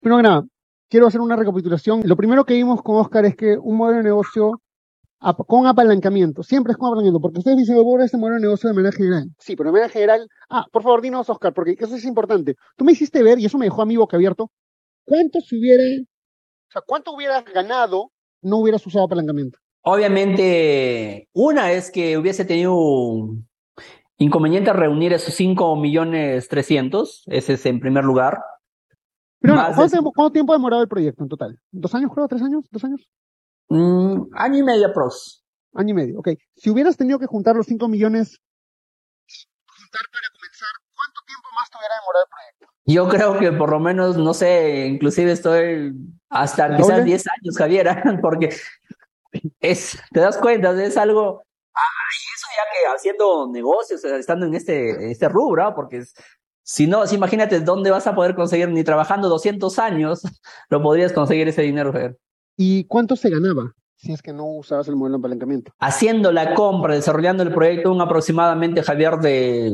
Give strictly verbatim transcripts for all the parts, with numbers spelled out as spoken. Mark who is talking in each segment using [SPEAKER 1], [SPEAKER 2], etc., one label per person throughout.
[SPEAKER 1] Primero que nada, quiero hacer una recapitulación. Lo primero que vimos con Oscar es que un modelo de negocio ap- con apalancamiento, siempre es con apalancamiento, porque ustedes dicen, voy a este modelo de negocio de manera general. Sí, pero de manera general, ah, por favor, dinos, Oscar, porque eso es importante. Tú me hiciste ver, y eso me dejó a mí boca abierto, cuánto se hubiera, o sea, cuánto hubieras ganado no hubieras usado apalancamiento.
[SPEAKER 2] Obviamente, una es que hubiese tenido un inconveniente reunir esos cinco millones trescientos, ese es en primer lugar.
[SPEAKER 1] Pero no,
[SPEAKER 2] Más de
[SPEAKER 1] ¿cuánto, tiempo- cuánto tiempo ha demorado el proyecto en total? ¿Dos años, creo? ¿Tres años? ¿Dos años?
[SPEAKER 2] mm, año y medio aprox.
[SPEAKER 1] Año y medio, ok. Si hubieras tenido que juntar los cinco millones, juntar para comenzar, ¿cuánto tiempo más te hubiera demorado el proyecto?
[SPEAKER 2] Yo creo que por lo menos, no sé, inclusive estoy hasta
[SPEAKER 1] ¿El
[SPEAKER 2] quizás
[SPEAKER 1] doble?
[SPEAKER 2] diez años, Javier, porque es, te das cuenta, es algo, eso ya que haciendo negocios, o sea, estando en este, este rubro, ¿no? Porque es- si no, si imagínate dónde vas a poder conseguir, ni trabajando doscientos años, lo podrías conseguir ese dinero, Javier.
[SPEAKER 1] ¿Y cuánto se ganaba si es que no usabas el modelo de apalancamiento?
[SPEAKER 2] Haciendo la compra, desarrollando el proyecto, un aproximadamente, Javier, de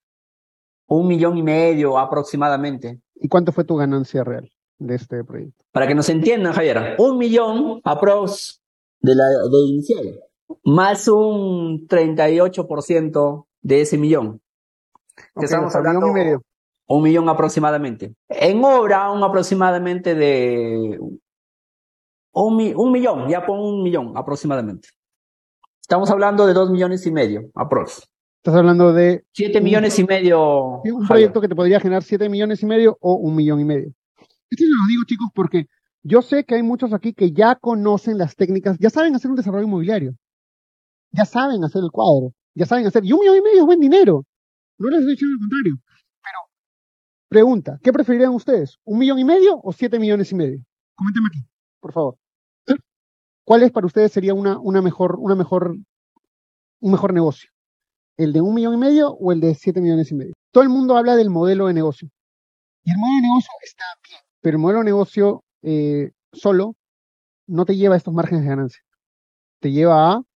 [SPEAKER 2] un millón y medio aproximadamente.
[SPEAKER 1] ¿Y cuánto fue tu ganancia real de este proyecto?
[SPEAKER 2] Para que nos entiendan, Javier, un millón aprox de la de inicial, más un treinta y ocho por ciento de ese millón. Que
[SPEAKER 1] Ok, o
[SPEAKER 2] estamos
[SPEAKER 1] sea, millón
[SPEAKER 2] hablando
[SPEAKER 1] y medio.
[SPEAKER 2] un millón aproximadamente. En obra, un aproximadamente de un, mi- un millón, ya pon un millón aproximadamente. Estamos hablando de dos millones y medio, aprox.
[SPEAKER 1] Estás hablando de
[SPEAKER 2] Siete
[SPEAKER 1] un,
[SPEAKER 2] millones y medio,
[SPEAKER 1] un
[SPEAKER 2] Javier.
[SPEAKER 1] proyecto que te podría generar siete millones y medio o un millón y medio. Esto se lo digo, chicos, porque yo sé que hay muchos aquí que ya conocen las técnicas, ya saben hacer un desarrollo inmobiliario, ya saben hacer el cuadro, ya saben hacer, y un millón y medio es buen dinero. No les estoy diciendo lo contrario. Pero, pregunta, ¿qué preferirían ustedes? ¿Un millón y medio o siete millones y medio? Coméntame aquí, por favor. ¿Cuál es para ustedes sería una, una mejor, una mejor, un mejor negocio? ¿El de un millón y medio o el de siete millones y medio? Todo el mundo habla del modelo de negocio. Y el modelo de negocio está bien, pero el modelo de negocio eh, solo no te lleva a estos márgenes de ganancia. Te lleva a un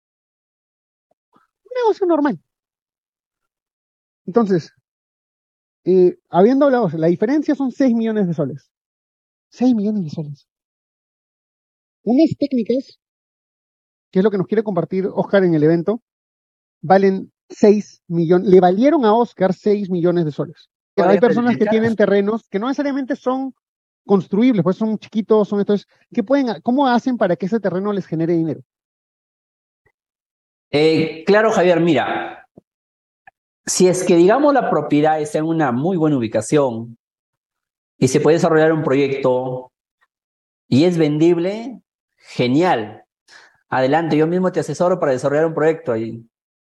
[SPEAKER 1] negocio normal. Entonces, eh, habiendo hablado, la diferencia son seis millones de soles. seis millones de soles. Unas técnicas, que es lo que nos quiere compartir Oscar en el evento, valen seis millones, le valieron a Oscar seis millones de soles. Hay personas que tienen terrenos que no necesariamente son construibles, pues son chiquitos, son estos, ¿qué pueden, cómo hacen para que ese terreno les genere dinero?
[SPEAKER 2] Eh, claro, Javier, mira, si es que digamos la propiedad está en una muy buena ubicación y se puede desarrollar un proyecto y es vendible, genial. Adelante, yo mismo te asesoro para desarrollar un proyecto ahí.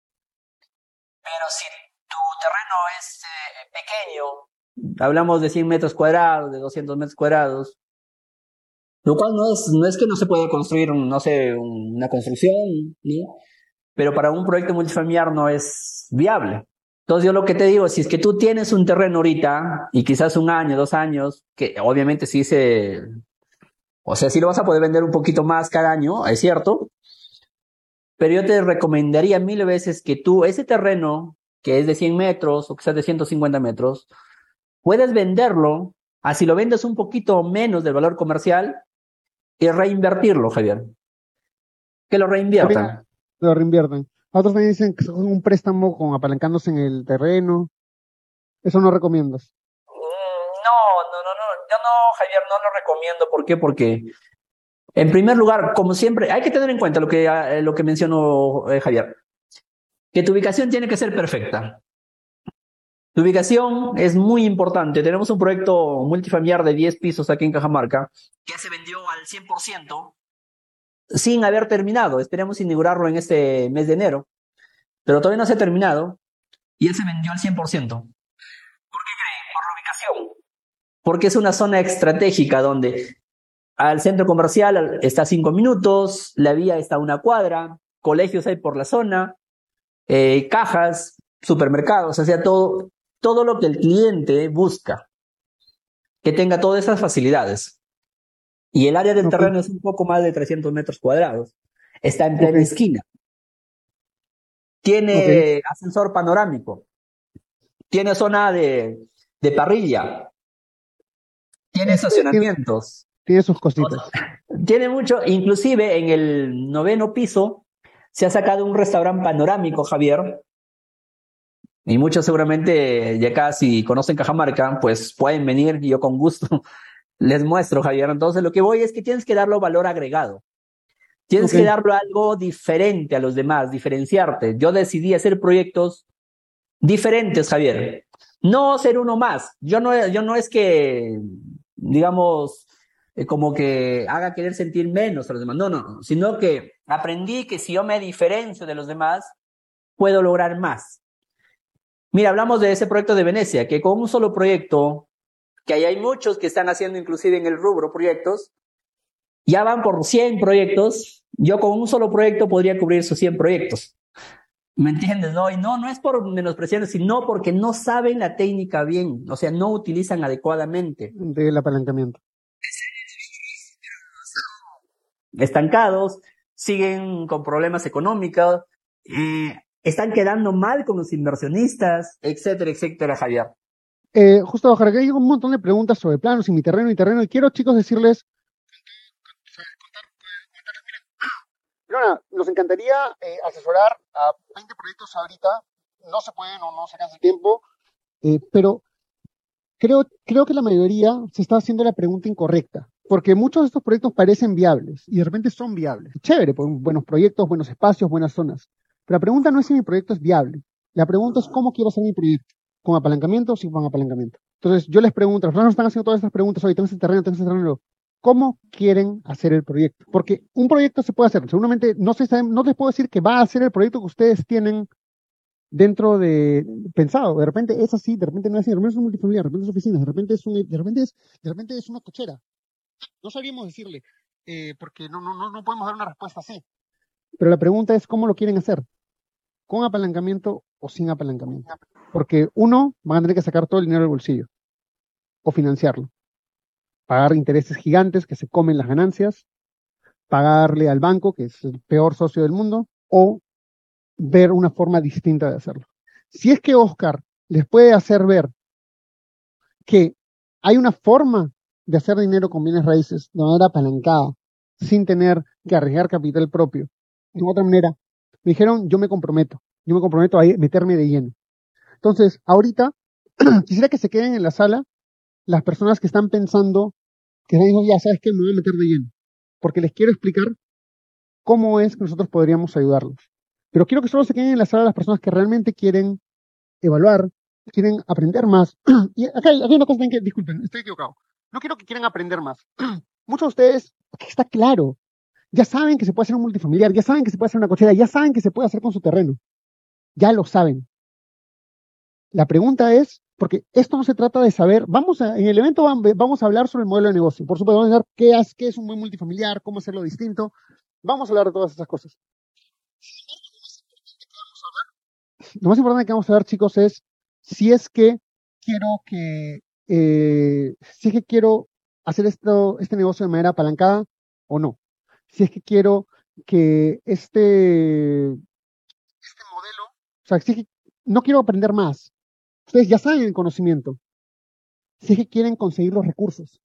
[SPEAKER 2] Pero si tu terreno es eh, pequeño, hablamos de cien metros cuadrados, de doscientos metros cuadrados, lo cual no es, no es que no se pueda construir, un, no sé, un- una construcción, ¿no? Pero para un proyecto multifamiliar no es viable. Entonces yo lo que te digo, si es que tú tienes un terreno ahorita y quizás un año, dos años, que obviamente sí se, o sea, sí lo vas a poder vender un poquito más cada año, es cierto, pero yo te recomendaría mil veces que tú ese terreno, que es de cien metros o quizás de ciento cincuenta metros, puedes venderlo, así lo vendes un poquito menos del valor comercial y reinvertirlo, Javier. Que lo
[SPEAKER 1] También
[SPEAKER 2] reinviertan.
[SPEAKER 1] lo reinvierten. Otros también dicen que son un préstamo con apalancándose en el terreno. Eso no recomiendas.
[SPEAKER 2] No, no, no, no, yo no, Javier, no lo recomiendo. ¿Por qué? Porque, en primer lugar, como siempre, hay que tener en cuenta lo que, eh, lo que mencionó eh, Javier, que tu ubicación tiene que ser perfecta. Tu ubicación es muy importante. Tenemos un proyecto multifamiliar de diez pisos aquí en Cajamarca que se vendió al cien por ciento sin haber terminado. Esperemos inaugurarlo en este mes de enero, pero todavía no se ha terminado y ya se vendió al cien por ciento. ¿Por qué creen? Por la ubicación. Porque es una zona estratégica donde al centro comercial está a cinco minutos, la vía está a una cuadra, colegios hay por la zona, eh, cajas, supermercados, o sea, todo, todo lo que el cliente busca, que tenga todas esas facilidades. Y el área del
[SPEAKER 1] Ok,
[SPEAKER 2] terreno es un poco más de trescientos metros cuadrados. Está en plena
[SPEAKER 1] ok,
[SPEAKER 2] esquina.
[SPEAKER 1] ok.
[SPEAKER 2] Tiene ascensor panorámico. Tiene zona de, de parrilla. Tiene
[SPEAKER 1] Tiene,
[SPEAKER 2] estacionamientos.
[SPEAKER 1] tiene sus
[SPEAKER 2] O sea,
[SPEAKER 1] cositas.
[SPEAKER 2] tiene mucho, inclusive en el noveno piso se ha sacado un restaurante panorámico, Javier, y muchos seguramente de acá, si conocen Cajamarca, pues pueden venir y yo con gusto les muestro, Javier. Entonces, lo que voy es que tienes que darlo valor agregado. Tienes
[SPEAKER 1] Ok,
[SPEAKER 2] que darlo algo diferente a los demás, diferenciarte. Yo decidí hacer proyectos diferentes, Javier. No ser uno más. Yo no, yo no es que, digamos, eh, como que haga querer sentir menos a los demás. No, no, sino que aprendí que si yo me diferencio de los demás, puedo lograr más. Mira, hablamos de ese proyecto de Venecia, que con un solo proyecto, que ahí hay muchos que están haciendo inclusive en el rubro proyectos, ya van por cien proyectos. Yo con un solo proyecto podría cubrir esos cien proyectos. ¿Me entiendes? No, y no, no es por menospreciar, sino porque no saben la técnica bien, o sea, no utilizan adecuadamente.
[SPEAKER 1] del apalancamiento.
[SPEAKER 2] Estancados, siguen con problemas económicos, eh, están quedando mal con los inversionistas, etcétera, etcétera, Javier.
[SPEAKER 1] Eh, justo, Ojalá que hay un montón de preguntas sobre planos y mi terreno y terreno, y quiero, chicos, decirles, Lona, nos encantaría eh, asesorar a veinte proyectos ahorita, no se pueden o no se alcanza el tiempo, eh, pero creo, creo que la mayoría se está haciendo la pregunta incorrecta, porque muchos de estos proyectos parecen viables y de repente son viables. Chévere, pues, buenos proyectos, buenos espacios, buenas zonas. Pero la pregunta no es si mi proyecto es viable. La pregunta es cómo quiero hacer mi proyecto. ¿Con apalancamiento o sin con apalancamiento? Entonces, yo les pregunto, las personas están haciendo todas estas preguntas, oye, tengo ese terreno, tengo ese terreno. ¿Cómo quieren hacer el proyecto? Porque un proyecto se puede hacer. Seguramente no se sabe, no les puedo decir que va a ser el proyecto que ustedes tienen dentro de pensado. De repente es así, de repente no es así, de repente es un multifamiliar, de repente es oficinas, de repente es un, de repente es, de repente es una cochera. No sabríamos decirle, eh, porque no, no, no, no podemos dar una respuesta así. Pero la pregunta es cómo lo quieren hacer, con apalancamiento o sin apalancamiento. Porque uno, van a tener que sacar todo el dinero del bolsillo o financiarlo, pagar intereses gigantes que se comen las ganancias, pagarle al banco, que es el peor socio del mundo, o ver una forma distinta de hacerlo. Si es que Oscar les puede hacer ver que hay una forma de hacer dinero con bienes raíces de manera apalancada, sin tener que arriesgar capital propio, de otra manera, me dijeron, yo me comprometo, yo me comprometo a meterme de lleno. Entonces, ahorita, quisiera que se queden en la sala las personas que están pensando, que están diciendo, ya sabes que me voy a meter de lleno, porque les quiero explicar cómo es que nosotros podríamos ayudarlos. Pero quiero que solo se queden en la sala las personas que realmente quieren evaluar, quieren aprender más. Y acá hay, acá hay una cosa que, disculpen, estoy equivocado. No quiero que quieran aprender más. Muchos de ustedes, aquí está claro, ya saben que se puede hacer un multifamiliar, ya saben que se puede hacer una cochera, ya saben que se puede hacer con su terreno. Ya lo saben. La pregunta es, porque esto no se trata de saber, vamos a, en el evento vamos a hablar sobre el modelo de negocio. Por supuesto, vamos a ver qué es, qué es un buen multifamiliar, cómo hacerlo distinto. Vamos a hablar de todas esas cosas. Lo más importante que vamos a ver, chicos, es si es que quiero que, eh, si es que quiero hacer esto, este negocio de manera apalancada o no. Si es que quiero que este, este modelo, o sea, si es que no quiero aprender más. Ustedes ya saben el conocimiento. Si es que quieren conseguir los recursos.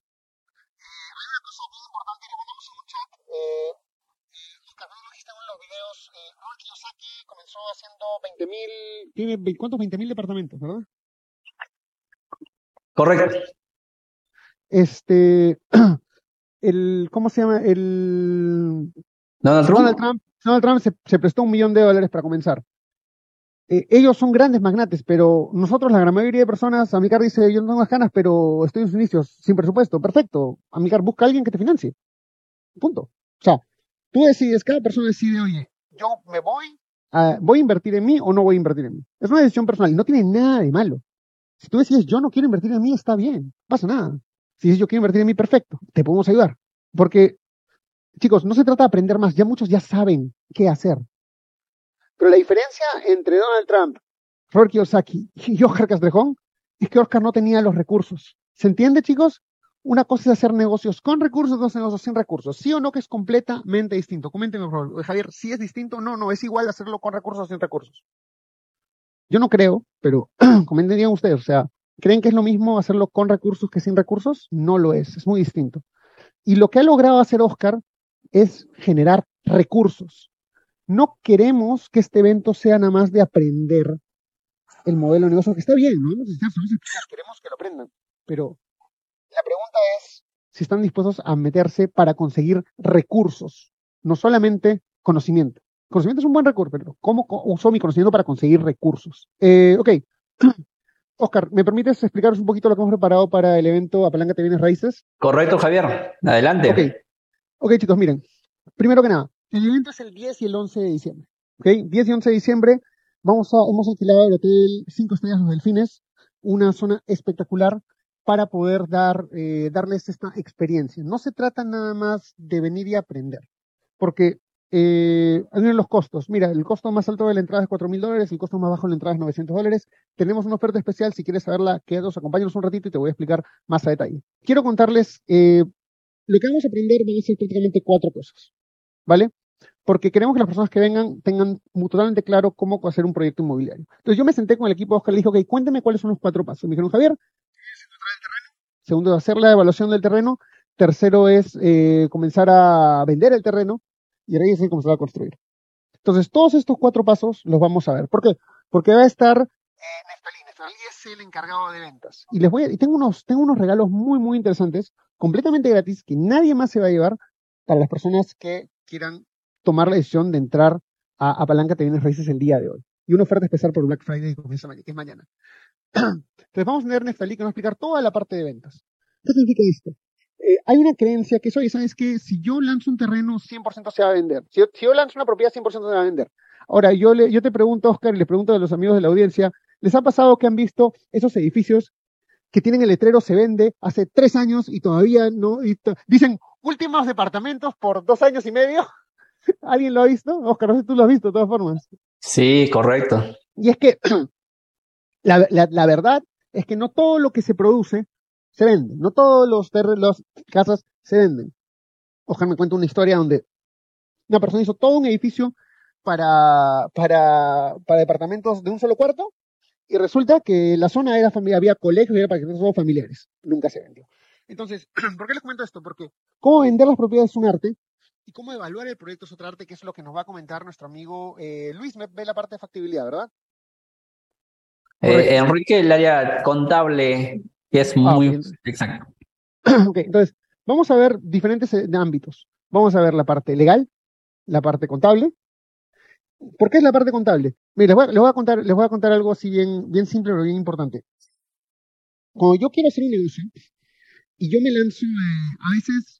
[SPEAKER 1] Eh, en los videos, eh, Robert Kiyosaki comenzó haciendo veinte mil, tiene, ¿cuántos? veinte mil departamentos, ¿verdad?
[SPEAKER 2] Correcto.
[SPEAKER 1] Este, el, ¿cómo se llama? El
[SPEAKER 2] Donald Trump.
[SPEAKER 1] Donald Trump, Donald Trump se, se prestó un millón de dólares para comenzar. Eh, ellos son grandes magnates, pero nosotros, la gran mayoría de personas, Amicar dice, yo no tengo las ganas, pero estoy en sus inicios, sin presupuesto, perfecto. Amicar, busca a alguien que te financie. Punto. O sea, tú decides, cada persona decide, oye, yo me voy, a, voy a invertir en mí o no voy a invertir en mí. Es una decisión personal y no tiene nada de malo. Si tú decides, yo no quiero invertir en mí, está bien, no pasa nada. Si dices, yo quiero invertir en mí, perfecto, te podemos ayudar. Porque, chicos, no se trata de aprender más, ya muchos ya saben qué hacer. Pero la diferencia entre Donald Trump, Robert Kiyosaki y Oscar Castrejón es que Oscar no tenía los recursos. ¿Se entiende, chicos? Una cosa es hacer negocios con recursos, dos negocios sin recursos. ¿Sí o no que es completamente distinto? Coméntenme, por favor. Javier, ¿sí es distinto? No, no, es igual hacerlo con recursos o sin recursos. Yo no creo, pero comenten ustedes. O sea, ¿Creen que es lo mismo hacerlo con recursos que sin recursos? No lo es, es muy distinto. Y lo que ha logrado hacer Oscar es generar recursos. No queremos que este evento sea nada más de aprender el modelo de negocio, que está bien, ¿no? Queremos que lo aprendan. Pero la pregunta es si están dispuestos a meterse para conseguir recursos, no solamente conocimiento. Conocimiento es un buen recurso, pero ¿cómo uso mi conocimiento para conseguir recursos? Eh, ok. Oscar, ¿me permites explicaros un poquito lo que hemos preparado para el evento Apaláncate Bienes Raíces?
[SPEAKER 2] Correcto, Javier. Adelante.
[SPEAKER 1] Ok. Ok, chicos, miren. Primero que nada, el evento es el diez y el once de diciembre. ¿Ok? diez y once de diciembre vamos a, hemos alquilado el hotel cinco estrellas Los Delfines, una zona espectacular para poder dar, eh, darles esta experiencia. No se trata nada más de venir y aprender, porque eh, hay los costos. Mira, el costo más alto de la entrada es cuatro mil dólares, el costo más bajo de la entrada es novecientos dólares. Tenemos una oferta especial, si quieres saberla, quédanos, acompáñanos un ratito y te voy a explicar más a detalle. Quiero contarles, eh, lo que vamos a aprender van a ser prácticamente cuatro cosas, ¿vale? Porque queremos que las personas que vengan tengan totalmente claro cómo hacer un proyecto inmobiliario. Entonces yo me senté con el equipo de Oscar y le dije, ok, cuénteme cuáles son los cuatro pasos. Me dijeron, Javier, segundo, hacer la evaluación del terreno. Tercero es eh, comenzar a vender el terreno. Y ahí es comenzar a construir. Entonces, todos estos cuatro pasos los vamos a ver. ¿Por qué? Porque va a estar eh, Neftalí. Neftalí es el encargado de ventas. Y les voy a, y tengo unos, tengo unos regalos muy, muy interesantes, completamente gratis, que nadie más se va a llevar para las personas que quieran tomar la decisión de entrar a Apaláncate Bienes Raíces el día de hoy. Y una oferta especial por Black Friday que comienza mañana, que es mañana. Entonces vamos a tener Neftalí que nos va a explicar toda la parte de ventas. ¿Qué significa esto? Eh, hay una creencia que es, oye, ¿sabes qué? Si yo lanzo un terreno, cien por ciento se va a vender. Si yo, si yo lanzo una propiedad, cien por ciento se va a vender. Ahora, yo, le, yo te pregunto, Oscar, y les pregunto a los amigos de la audiencia, ¿les ha pasado que han visto esos edificios que tienen el letrero se vende hace tres años y todavía no? Y to- dicen, últimos departamentos por dos años y medio. ¿Alguien lo ha visto? Oscar, no sé si tú lo has visto de todas formas.
[SPEAKER 2] Sí, correcto.
[SPEAKER 1] Y es que la, la, la verdad es que no todo lo que se produce se vende. No todos los terrenos, casas se venden. Oscar me cuenta una historia donde una persona hizo todo un edificio para, para, para departamentos de un solo cuarto y resulta que la zona era familiar, había colegios y era para que no solo familiares. Nunca se vendió. Entonces, ¿por qué les comento esto? Porque cómo vender las propiedades es un arte y cómo evaluar el proyecto es otro arte, que es lo que nos va a comentar nuestro amigo eh, Luis. Me ve la parte de factibilidad, ¿verdad?
[SPEAKER 2] Eh,
[SPEAKER 1] Correcto.
[SPEAKER 2] Enrique, el área contable es
[SPEAKER 1] Ah, ok.
[SPEAKER 2] muy exacto.
[SPEAKER 1] Ok, entonces, vamos a ver diferentes eh, ámbitos. Vamos a ver la parte legal, la parte contable. ¿Por qué es la parte contable? Mira, les voy a, les voy a contar, les voy a contar algo así bien, bien simple pero bien importante. Cuando yo quiero hacer un negocio y yo me lanzo, eh, a veces,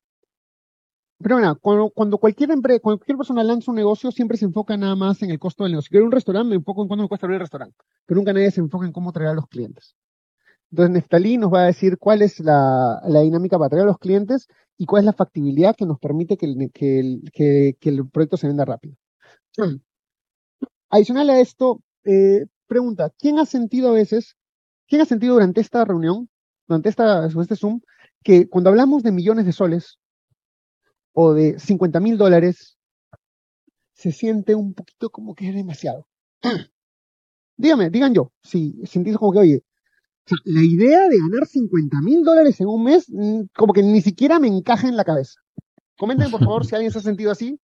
[SPEAKER 1] pero mira, cuando, cuando cualquier empre- cualquier persona lanza un negocio, siempre se enfoca nada más en el costo del negocio. Si quiero un restaurante, me enfoco en cuánto me cuesta abrir el restaurante, pero nunca nadie se enfoca en cómo traer a los clientes. Entonces, Neftalí nos va a decir cuál es la, la dinámica para traer a los clientes y cuál es la factibilidad que nos permite que el, que el, que, que el proyecto se venda rápido. Hmm. Adicional a esto, eh, pregunta, ¿quién ha sentido a veces, quién ha sentido durante esta reunión, durante esta, este Zoom, que cuando hablamos de millones de soles o de cincuenta mil dólares, se siente un poquito como que es demasiado? Dígame, digan yo, si sentís como que, oye, la idea de ganar cincuenta mil dólares en un mes, mm, como que ni siquiera me encaja en la cabeza. Comenten, por favor, si alguien se ha sentido así.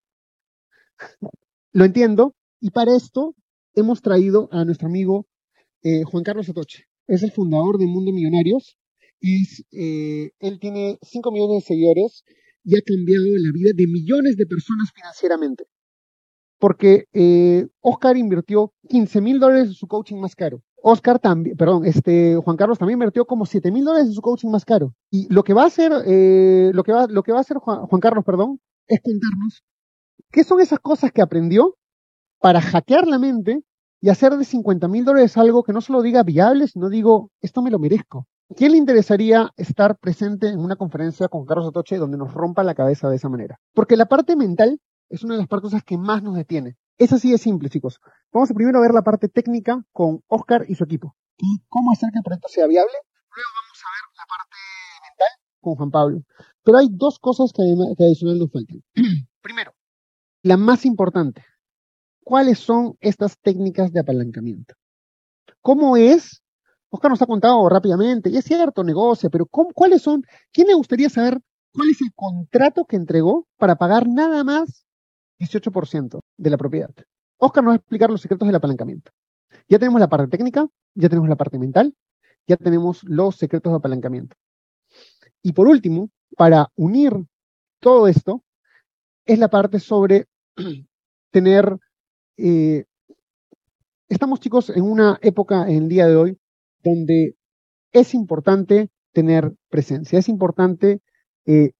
[SPEAKER 1] Lo entiendo. Y para esto hemos traído a nuestro amigo eh, Juan Carlos Atoche. Es el fundador de Mundo Millonarios. Es, eh, él tiene cinco millones de seguidores y ha cambiado la vida de millones de personas financieramente. Porque eh, Oscar invirtió quince mil dólares en su coaching más caro. Oscar también, perdón, este, Juan Carlos también invirtió como siete mil dólares en su coaching más caro. Y lo que va a hacer, eh, lo que va, lo que va a hacer Juan, Juan Carlos, perdón, es contarnos qué son esas cosas que aprendió para hackear la mente y hacer de cincuenta mil dólares algo que no solo diga viable, sino digo, esto me lo merezco. ¿Quién le interesaría estar presente en una conferencia con Carlos Atoche donde nos rompa la cabeza de esa manera? Porque la parte mental es una de las partes que más nos detiene. Es así de simple, chicos. Vamos a primero ver la parte técnica con Oscar y su equipo. Y cómo hacer que el proyecto sea viable. Luego vamos a ver la parte mental con Juan Pablo. Pero hay dos cosas que, que adicional nos faltan. Primero, la más importante. ¿Cuáles son estas técnicas de apalancamiento? ¿Cómo es Oscar nos ha contado rápidamente, y es cierto, negocia, pero ¿cómo, ¿cuáles son? ¿Quién le gustaría saber cuál es el contrato que entregó para pagar nada más dieciocho por ciento de la propiedad? Oscar nos va a explicar los secretos del apalancamiento. Ya tenemos la parte técnica, ya tenemos la parte mental, ya tenemos los secretos de apalancamiento. Y por último, para unir todo esto, es la parte sobre tener... Eh, estamos, chicos, en una época en el día de hoy donde es importante tener presencia, es importante... Eh,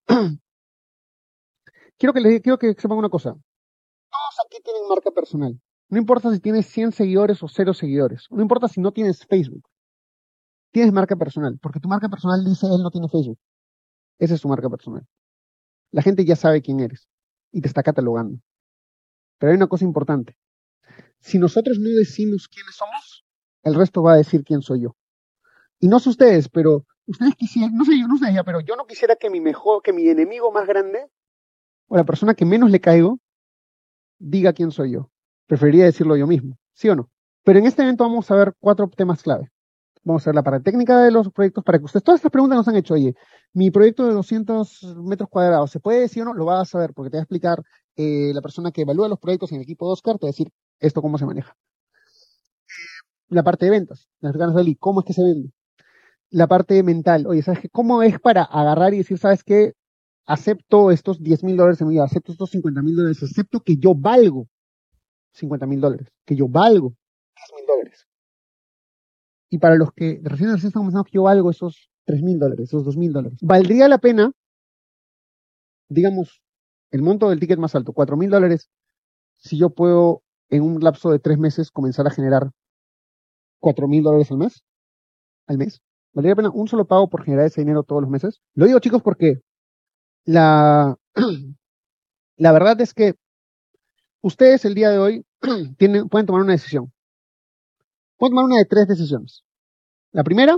[SPEAKER 1] quiero, que les, quiero que sepan una cosa. Todos aquí tienen marca personal. No importa si tienes cien seguidores o cero seguidores. No importa si no tienes Facebook. Tienes marca personal, porque tu marca personal dice él no tiene Facebook. Esa es tu marca personal. La gente ya sabe quién eres y te está catalogando. Pero hay una cosa importante. Si nosotros no decimos quiénes somos, el resto va a decir quién soy yo. Y no sé ustedes, pero ustedes quisieran, no sé yo, no sé ella, pero yo no quisiera que mi mejor, que mi enemigo más grande, o la persona que menos le caigo, diga quién soy yo. Preferiría decirlo yo mismo, ¿sí o no? Pero en este evento vamos a ver cuatro temas clave. Vamos a ver la parte técnica de los proyectos para que ustedes, todas estas preguntas nos han hecho, oye, mi proyecto de doscientos metros cuadrados, ¿se puede decir o no? Lo vas a saber porque te va a explicar eh, la persona que evalúa los proyectos en el equipo de Oscar, te va a decir esto cómo se maneja. La parte de ventas, las ganas de cómo es que se vende. La parte mental, oye, ¿sabes qué? ¿Cómo es para agarrar y decir, ¿sabes qué? Acepto estos diez mil dólares en mi vida, acepto estos cincuenta mil dólares, acepto que yo valgo cincuenta mil dólares, que yo valgo diez mil dólares. Y para los que recién, recién están pensando que yo valgo esos tres mil dólares, esos dos mil dólares, ¿valdría la pena, digamos, el monto del ticket más alto, cuatro mil dólares, si yo puedo en un lapso de tres meses comenzar a generar cuatro mil dólares al mes? ¿Al mes? ¿Valdría la pena un solo pago por generar ese dinero todos los meses? Lo digo, chicos, porque la, la verdad es que ustedes el día de hoy tienen, pueden tomar una decisión. Pueden tomar una de tres decisiones. La primera,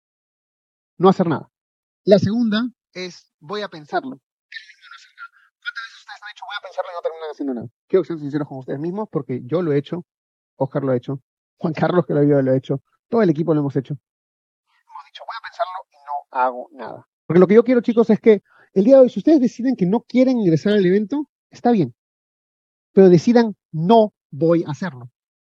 [SPEAKER 1] no hacer nada. La segunda es, voy a pensarlo. ¿Cuántas veces ustedes han dicho, voy a pensarlo y no terminan haciendo nada? Quiero que sean sinceros con ustedes mismos, porque yo lo he hecho, Oscar lo ha hecho, Juan Carlos que lo ha visto lo ha hecho, todo el equipo lo hemos hecho. Hemos dicho, voy a pensarlo y no hago nada. Porque lo que yo quiero, chicos, es que el día de hoy, si ustedes deciden que no quieren ingresar al evento, está bien. Pero decidan, no voy a hacerlo.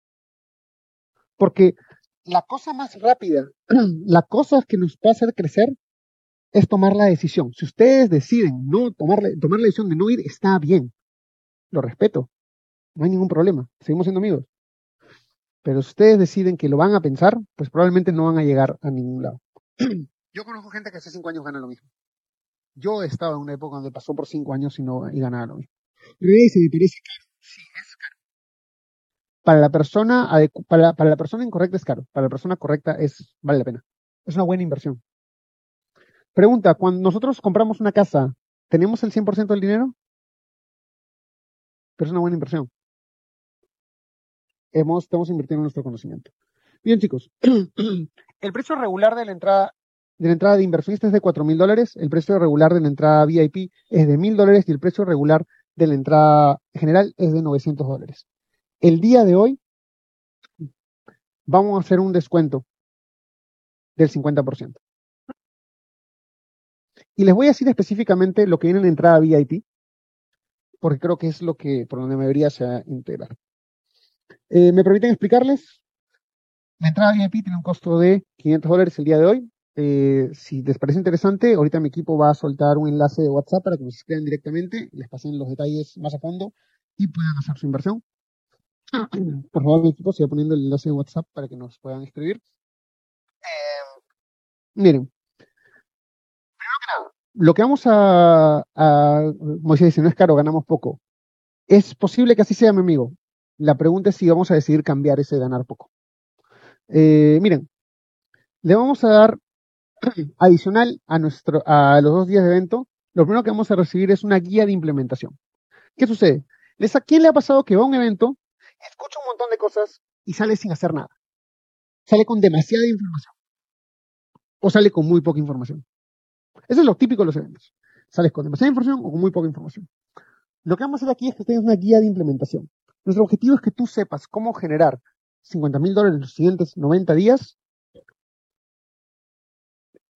[SPEAKER 1] Porque la cosa más rápida, la cosa que nos va a hacer crecer, es tomar la decisión. Si ustedes deciden no tomar, tomar la decisión de no ir, está bien. Lo respeto. No hay ningún problema. Seguimos siendo amigos. Pero si ustedes deciden que lo van a pensar, pues probablemente no van a llegar a ningún lado. Yo conozco gente que hace cinco años gana lo mismo. Yo he estado en una época donde pasó por cinco años y no y ganaba lo mismo. ¿Se me parece caro? Sí, es caro. Para la persona para, para la persona incorrecta es caro. Para la persona correcta es vale la pena. Es una buena inversión. Pregunta, cuando nosotros compramos una casa, ¿tenemos el cien por ciento del dinero? Pero es una buena inversión. Hemos, estamos invirtiendo en nuestro conocimiento. Bien, chicos. El precio regular de la entrada de la entrada de inversionistas es de cuatro mil dólares, el precio regular de la entrada V I P es de mil dólares y el precio regular de la entrada general es de novecientos dólares. El día de hoy vamos a hacer un descuento del cincuenta por ciento. Y les voy a decir específicamente lo que viene en la entrada V I P, porque creo que es lo que por donde me debería integrar. Eh, ¿Me permiten explicarles? La entrada V I P tiene un costo de quinientos dólares el día de hoy. Eh, si les parece interesante, ahorita mi equipo va a soltar un enlace de WhatsApp para que nos escriban directamente, les pasen los detalles más a fondo y puedan hacer su inversión. Por favor, mi equipo siga poniendo el enlace de WhatsApp para que nos puedan escribir. Eh, miren, primero que nada, lo que vamos a, a Moisés dice, no es caro, ganamos poco. Es posible que así sea, mi amigo. La pregunta es si vamos a decidir cambiar ese ganar poco. Eh, miren, le vamos a dar adicional a, nuestro, a los dos días de evento, lo primero que vamos a recibir es una guía de implementación. ¿Qué sucede? ¿A quién le ha pasado que va a un evento, escucha un montón de cosas y sale sin hacer nada? Sale con demasiada información. O sale con muy poca información. Eso es lo típico de los eventos. Sales con demasiada información o con muy poca información. Lo que vamos a hacer aquí es que tengas una guía de implementación. Nuestro objetivo es que tú sepas cómo generar cincuenta mil dólares en los siguientes noventa días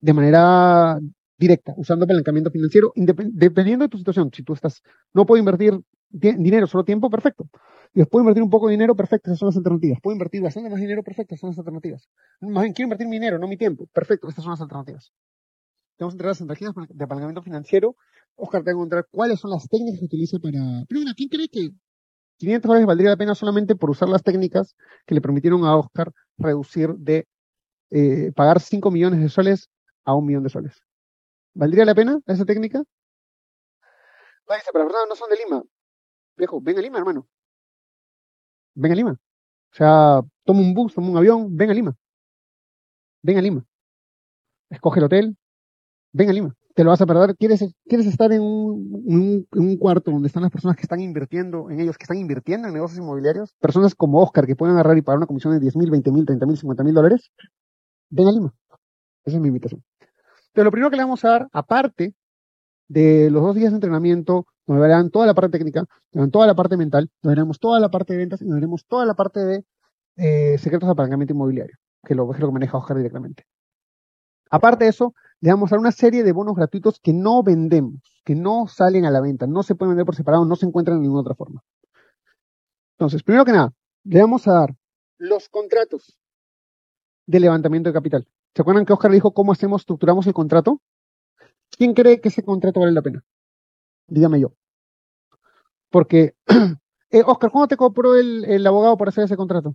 [SPEAKER 1] de manera directa, usando apalancamiento financiero, independ- dependiendo de tu situación. Si tú estás, no puedo invertir ti- dinero, solo tiempo, perfecto. Y después puedo invertir un poco de dinero, perfecto, esas son las alternativas. Puedo invertir bastante más dinero, perfecto, esas son las alternativas. Más bien, quiero invertir mi dinero, no mi tiempo, perfecto, estas son las alternativas. Tenemos que entrar a las estrategias de apalancamiento financiero. Oscar, tengo que encontrar cuáles son las técnicas que utiliza para... Pero bueno, ¿quién cree que quinientos dólares valdría la pena solamente por usar las técnicas que le permitieron a Oscar reducir de eh, pagar cinco millones de soles a un millón de soles? ¿Valdría la pena esa técnica? No, dice, pero verdad no son de Lima. Viejo, ven a Lima, hermano. Ven a Lima. O sea, toma un bus, toma un avión, ven a Lima. Ven a Lima. Escoge el hotel, ven a Lima. Te lo vas a perder. ¿Quieres, quieres estar en un, en, un, en un cuarto donde están las personas que están invirtiendo en ellos, que están invirtiendo en negocios inmobiliarios? Personas como Oscar que pueden agarrar y pagar una comisión de diez mil, veinte mil, treinta mil, cincuenta mil dólares. Ven a Lima. Esa es mi invitación. Pero lo primero que le vamos a dar, aparte de los dos días de entrenamiento, nos verán toda la parte técnica, nos verán toda la parte mental, nos veremos toda la parte de ventas y nos veremos toda la parte de eh, secretos de apalancamiento inmobiliario, que lo, que lo maneja Oscar directamente. Aparte de eso, le vamos a dar una serie de bonos gratuitos que no vendemos, que no salen a la venta, no se pueden vender por separado, no se encuentran de ninguna otra forma. Entonces, primero que nada, le vamos a dar los contratos de levantamiento de capital. ¿Se acuerdan que Oscar dijo cómo hacemos, estructuramos el contrato? ¿Quién cree que ese contrato vale la pena? Dígame yo. Porque, eh, Oscar, ¿cuándo te cobró el, el abogado por hacer ese contrato?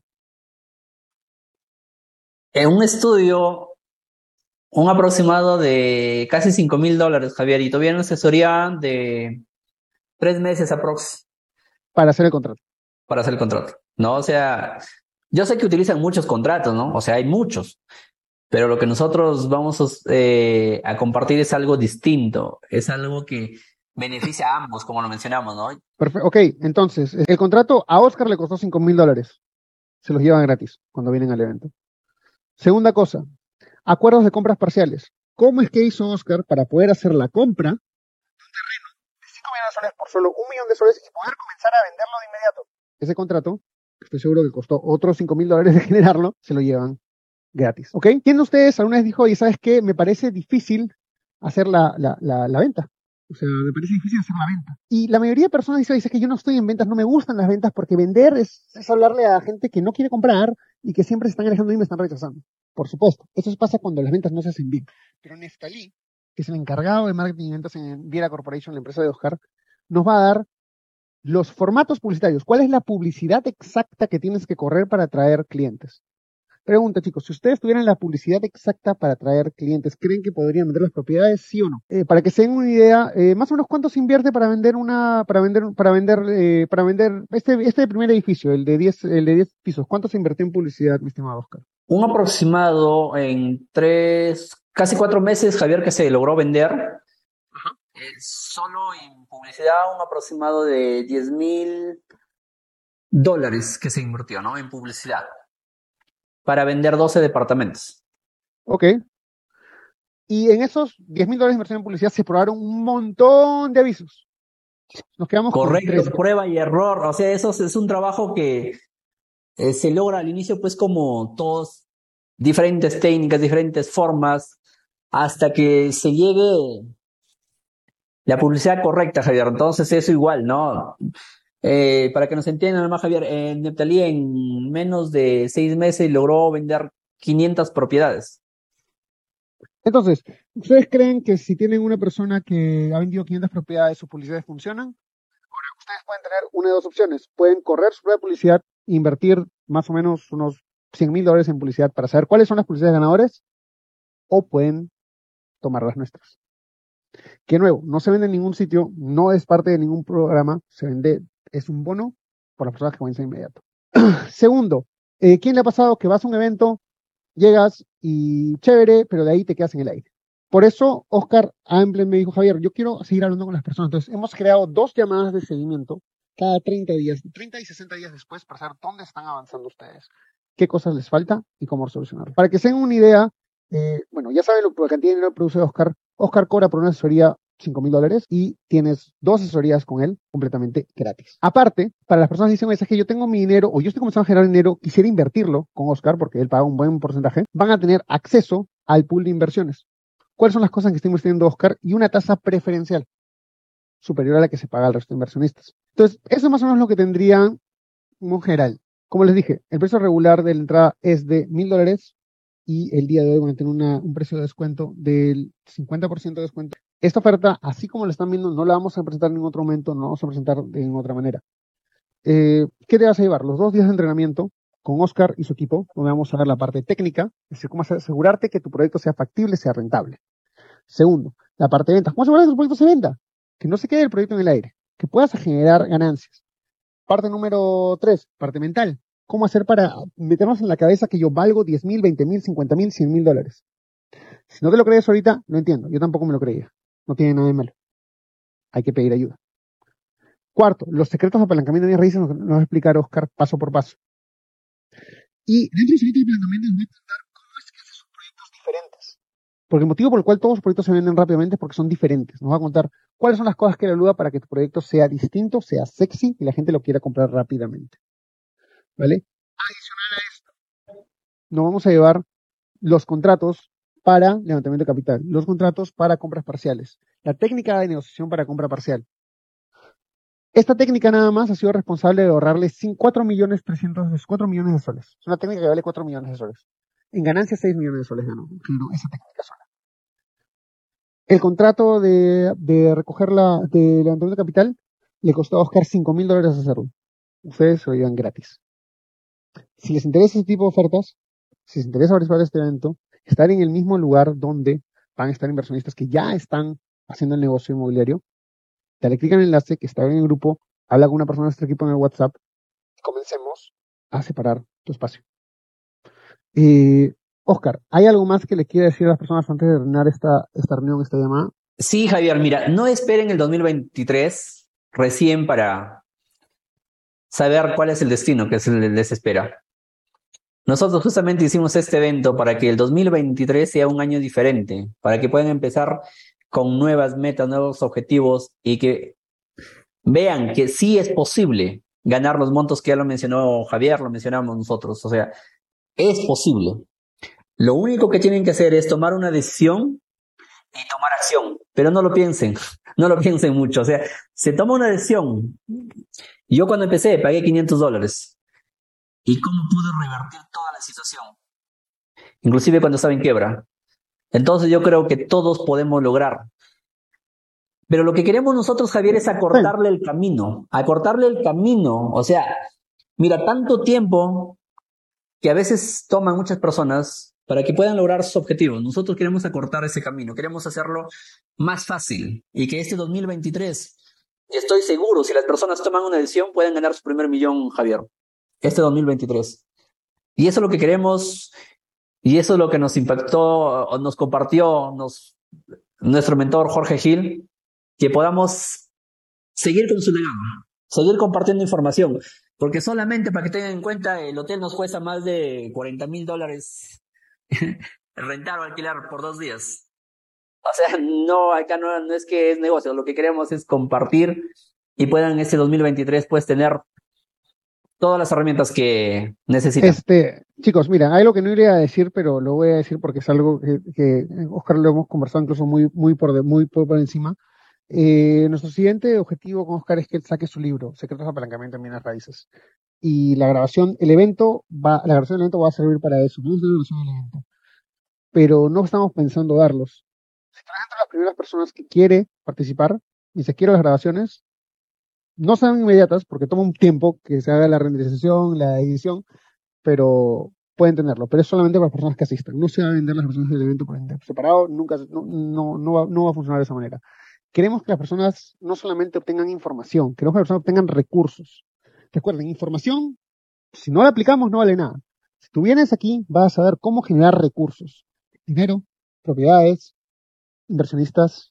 [SPEAKER 2] En un estudio, un aproximado de casi cinco mil dólares, Javier, y todavía una asesoría de tres meses aprox
[SPEAKER 1] Para hacer el contrato.
[SPEAKER 2] para hacer el contrato, ¿no? O sea, yo sé que utilizan muchos contratos, ¿no? O sea, hay muchos, pero lo que nosotros vamos eh, a compartir es algo distinto, es algo que beneficia a ambos, como lo mencionamos, ¿no?
[SPEAKER 1] Perfecto. Ok, entonces, el contrato a Oscar le costó cinco mil dólares. Se los llevan gratis cuando vienen al evento. Segunda cosa, acuerdos de compras parciales. ¿Cómo es que hizo Oscar para poder hacer la compra de un terreno de cinco millones de soles por solo un millón de soles y poder comenzar a venderlo de inmediato? Ese contrato, estoy seguro que costó otros cinco mil dólares de generarlo, se lo llevan gratis. ¿Ok? ¿Quién de ustedes alguna vez dijo, oye, ¿sabes qué? Me parece difícil hacer la, la, la, la venta. O sea, me parece difícil hacer la venta. Y la mayoría de personas dice, dice que yo no estoy en ventas, no me gustan las ventas porque vender es, es hablarle a gente que no quiere comprar y que siempre se están alejando y me están rechazando. Por supuesto, eso pasa cuando las ventas no se hacen bien. Pero Neftalí, que es el encargado de marketing y ventas en Viera Corporation, la empresa de Oscar, nos va a dar los formatos publicitarios. ¿Cuál es la publicidad exacta que tienes que correr para atraer clientes? Pregunta, chicos, si ustedes tuvieran la publicidad exacta para atraer clientes, ¿creen que podrían vender las propiedades, sí o no? Eh, para que se den una idea, eh, más o menos cuánto se invierte para vender una, para vender, para vender, eh, para vender este, este primer edificio, el de diez, el de diez pisos, ¿cuánto se invirtió en publicidad, mi estimado Oscar?
[SPEAKER 2] Un aproximado en tres, casi cuatro meses, Javier, que se logró vender. Ajá. Eh, solo en publicidad, un aproximado de diez mil dólares que se invirtió, ¿no? En publicidad. Para vender doce departamentos.
[SPEAKER 1] Ok. Y en esos diez mil dólares de inversión en publicidad se probaron un montón de avisos. Nos quedamos
[SPEAKER 2] Correcto,
[SPEAKER 1] con tres.
[SPEAKER 2] Prueba y error. O sea, eso es un trabajo que eh, se logra al inicio, pues, como todos, diferentes técnicas, diferentes formas, hasta que se llegue la publicidad correcta, Javier. Entonces, eso igual, ¿no? Eh, para que nos entiendan, además, Javier, en Neftalí en menos de seis meses logró vender quinientas propiedades.
[SPEAKER 1] Entonces, ¿ustedes creen que si tienen una persona que ha vendido quinientas propiedades, sus publicidades funcionan? Ahora, ustedes pueden tener una de dos opciones. Pueden correr su propia publicidad e invertir más o menos unos cien mil dólares en publicidad para saber cuáles son las publicidades ganadoras, o pueden tomar las nuestras. Que nuevo, no se vende en ningún sitio, no es parte de ningún programa, se vende, es un bono por las personas que comienzan inmediato. Segundo, eh, ¿quién le ha pasado que vas a un evento, llegas y chévere, pero de ahí te quedas en el aire? Por eso, Oscar Amble me dijo, Javier, yo quiero seguir hablando con las personas. Entonces, hemos creado dos llamadas de seguimiento cada treinta días, treinta y sesenta días después, para saber dónde están avanzando ustedes, qué cosas les falta y cómo solucionarlo. Para que se den una idea, eh, bueno, ya saben lo que cantidad de dinero produce Oscar. Oscar cobra por una asesoría cinco mil dólares y tienes dos asesorías con él completamente gratis. Aparte, para las personas que dicen, es que yo tengo mi dinero o yo estoy comenzando a generar dinero, quisiera invertirlo con Oscar porque él paga un buen porcentaje, van a tener acceso al pool de inversiones. cuáles son las cosas en que está invirtiendo Oscar y una tasa preferencial superior a la que se paga al resto de inversionistas. Entonces, eso más o menos lo que tendrían en general. Como les dije, el precio regular de la entrada es de mil dólares y el día de hoy van a tener una, un precio de descuento del cincuenta por ciento de descuento. Esta oferta, así como la están viendo, no la vamos a presentar en otro momento, no la vamos a presentar de otra manera. Eh, ¿Qué te vas a llevar? Los dos días de entrenamiento con Oscar y su equipo, donde vamos a ver la parte técnica, es decir, cómo asegurarte que tu proyecto sea factible, sea rentable. Segundo, la parte de ventas. ¿Cómo asegurar que tu proyecto se venda? Que no se quede el proyecto en el aire, que puedas generar ganancias. Parte número tres, parte mental. ¿Cómo hacer para meternos en la cabeza que yo valgo diez mil, veinte mil, cincuenta mil, cien mil dólares? Si no te lo crees ahorita, no entiendo. Yo tampoco me lo creía. No tiene nada de malo. Hay que pedir ayuda. Cuarto, los secretos de apalancamiento de bienes raíces nos, nos va a explicar Oscar paso por paso. Y dentro de los secretos de apalancamiento nos va a contar cómo es que hace sus proyectos diferentes. Porque el motivo por el cual todos los proyectos se venden rápidamente es porque son diferentes. Nos va a contar cuáles son las cosas que le ayuda para que tu proyecto sea distinto, sea sexy y la gente lo quiera comprar rápidamente. ¿Vale? Adicional a esto, nos vamos a llevar los contratos para levantamiento de capital, los contratos para compras parciales, la técnica de negociación para compra parcial. Esta técnica nada más ha sido responsable de ahorrarle cuatro millones trescientos, cuatro millones de soles. Es una técnica que vale cuatro millones de soles. En ganancia seis millones de soles ganó. Claro, esa técnica sola. El contrato de, de recoger la, de levantamiento de capital le costó a Oscar cinco mil dólares hacerlo. Ustedes se lo llevan gratis. Si les interesa ese tipo de ofertas, si les interesa participar de este evento, estar en el mismo lugar donde van a estar inversionistas que ya están haciendo el negocio inmobiliario, dale clic en el enlace que está en el grupo, habla con una persona de nuestro equipo en el WhatsApp y comencemos a separar tu espacio. Eh, Oscar, ¿hay algo más que le quiera decir a las personas antes de terminar esta, esta reunión, esta llamada?
[SPEAKER 2] Sí, Javier, mira, no esperen el dos mil veintitrés recién para saber cuál es el destino que se les espera. Nosotros justamente hicimos este evento para que el dos mil veintitrés sea un año diferente, para que puedan empezar con nuevas metas, nuevos objetivos y que vean que sí es posible ganar los montos que ya lo mencionó Javier, lo mencionamos nosotros. O sea, es posible. Lo único que tienen que hacer es tomar una decisión y tomar acción, pero no lo piensen, no lo piensen mucho. O sea, se toma una decisión. Yo cuando empecé pagué quinientos dólares. ¿Y cómo pude revertir toda la situación? Inclusive cuando estaba en quiebra. Entonces yo creo que todos podemos lograr. Pero lo que queremos nosotros, Javier, es acortarle el camino. Acortarle el camino. O sea, mira, tanto tiempo que a veces toman muchas personas para que puedan lograr sus objetivos. Nosotros queremos acortar ese camino. Queremos hacerlo más fácil. Y que este dos mil veintitrés, estoy seguro, si las personas toman una decisión, pueden ganar su primer millón, Javier. Este dos mil veintitrés. Y eso es lo que queremos, y eso es lo que nos impactó, o nos compartió nos, nuestro mentor Jorge Gil, que podamos seguir con su legado, seguir compartiendo información, porque solamente para que tengan en cuenta, el hotel nos cuesta más de cuarenta mil dólares rentar o alquilar por dos días. O sea, no, acá no, no es que es negocio, lo que queremos es compartir y puedan este dos mil veintitrés pues tener todas las herramientas que necesitan.
[SPEAKER 1] Este, chicos, mira, hay algo que no iría a decir, pero lo voy a decir porque es algo que, que Oscar lo hemos conversado incluso muy, muy por, de, muy por, por encima. Eh, nuestro siguiente objetivo con Oscar es que él saque su libro, Secretos de Apalancamiento en Bienes Raíces. Y la grabación, el evento va, la grabación del evento va a servir para eso. No es la grabación del evento. Pero no estamos pensando darlos. Si tú eres entre las primeras personas que quiere participar y se quiere las grabaciones, no sean inmediatas porque toma un tiempo que se haga la renderización, la edición, pero pueden tenerlo. Pero es solamente para las personas que asistan. No se va a vender las personas del evento por separado, nunca, no, no, no, va, no va a funcionar de esa manera. Queremos que las personas no solamente obtengan información, queremos que las personas obtengan recursos. Recuerden, información, si no la aplicamos, no vale nada. Si tú vienes aquí, vas a saber cómo generar recursos. Dinero, propiedades, inversionistas,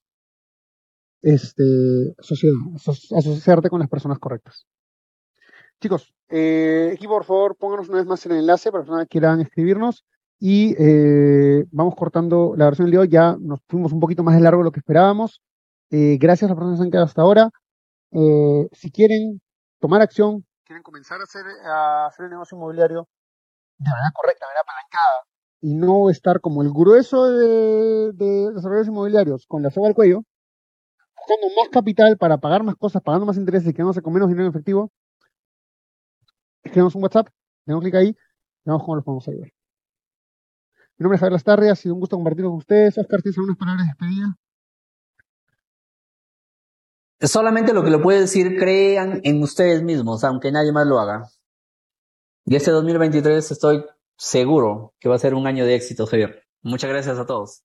[SPEAKER 1] este, sociedad, asociarte con las personas correctas. Chicos, eh, equipo, por favor, pónganos una vez más el enlace para las personas que quieran escribirnos y eh, vamos cortando la versión de hoy. Ya nos fuimos un poquito más de largo de lo que esperábamos. Eh, gracias a las personas que se han quedado hasta ahora. Eh, si quieren tomar acción, quieren comenzar a hacer, a hacer el negocio inmobiliario de manera correcta, de manera apalancada, y no estar como el grueso de, de desarrolladores inmobiliarios con la soga al cuello, buscando más capital para pagar más cosas, pagando más intereses y quedándose con menos dinero en efectivo, escribamos un WhatsApp, tenemos clic ahí, y vemos cómo los podemos ayudar. Mi nombre es Javier Lastarria, ha sido un gusto compartir con ustedes. Oscar, ¿tienes algunas palabras de despedida?
[SPEAKER 2] Solamente lo que lo puedo decir, crean en ustedes mismos, aunque nadie más lo haga. Y este dos mil veintitrés estoy seguro que va a ser un año de éxito, Javier. Muchas gracias a todos.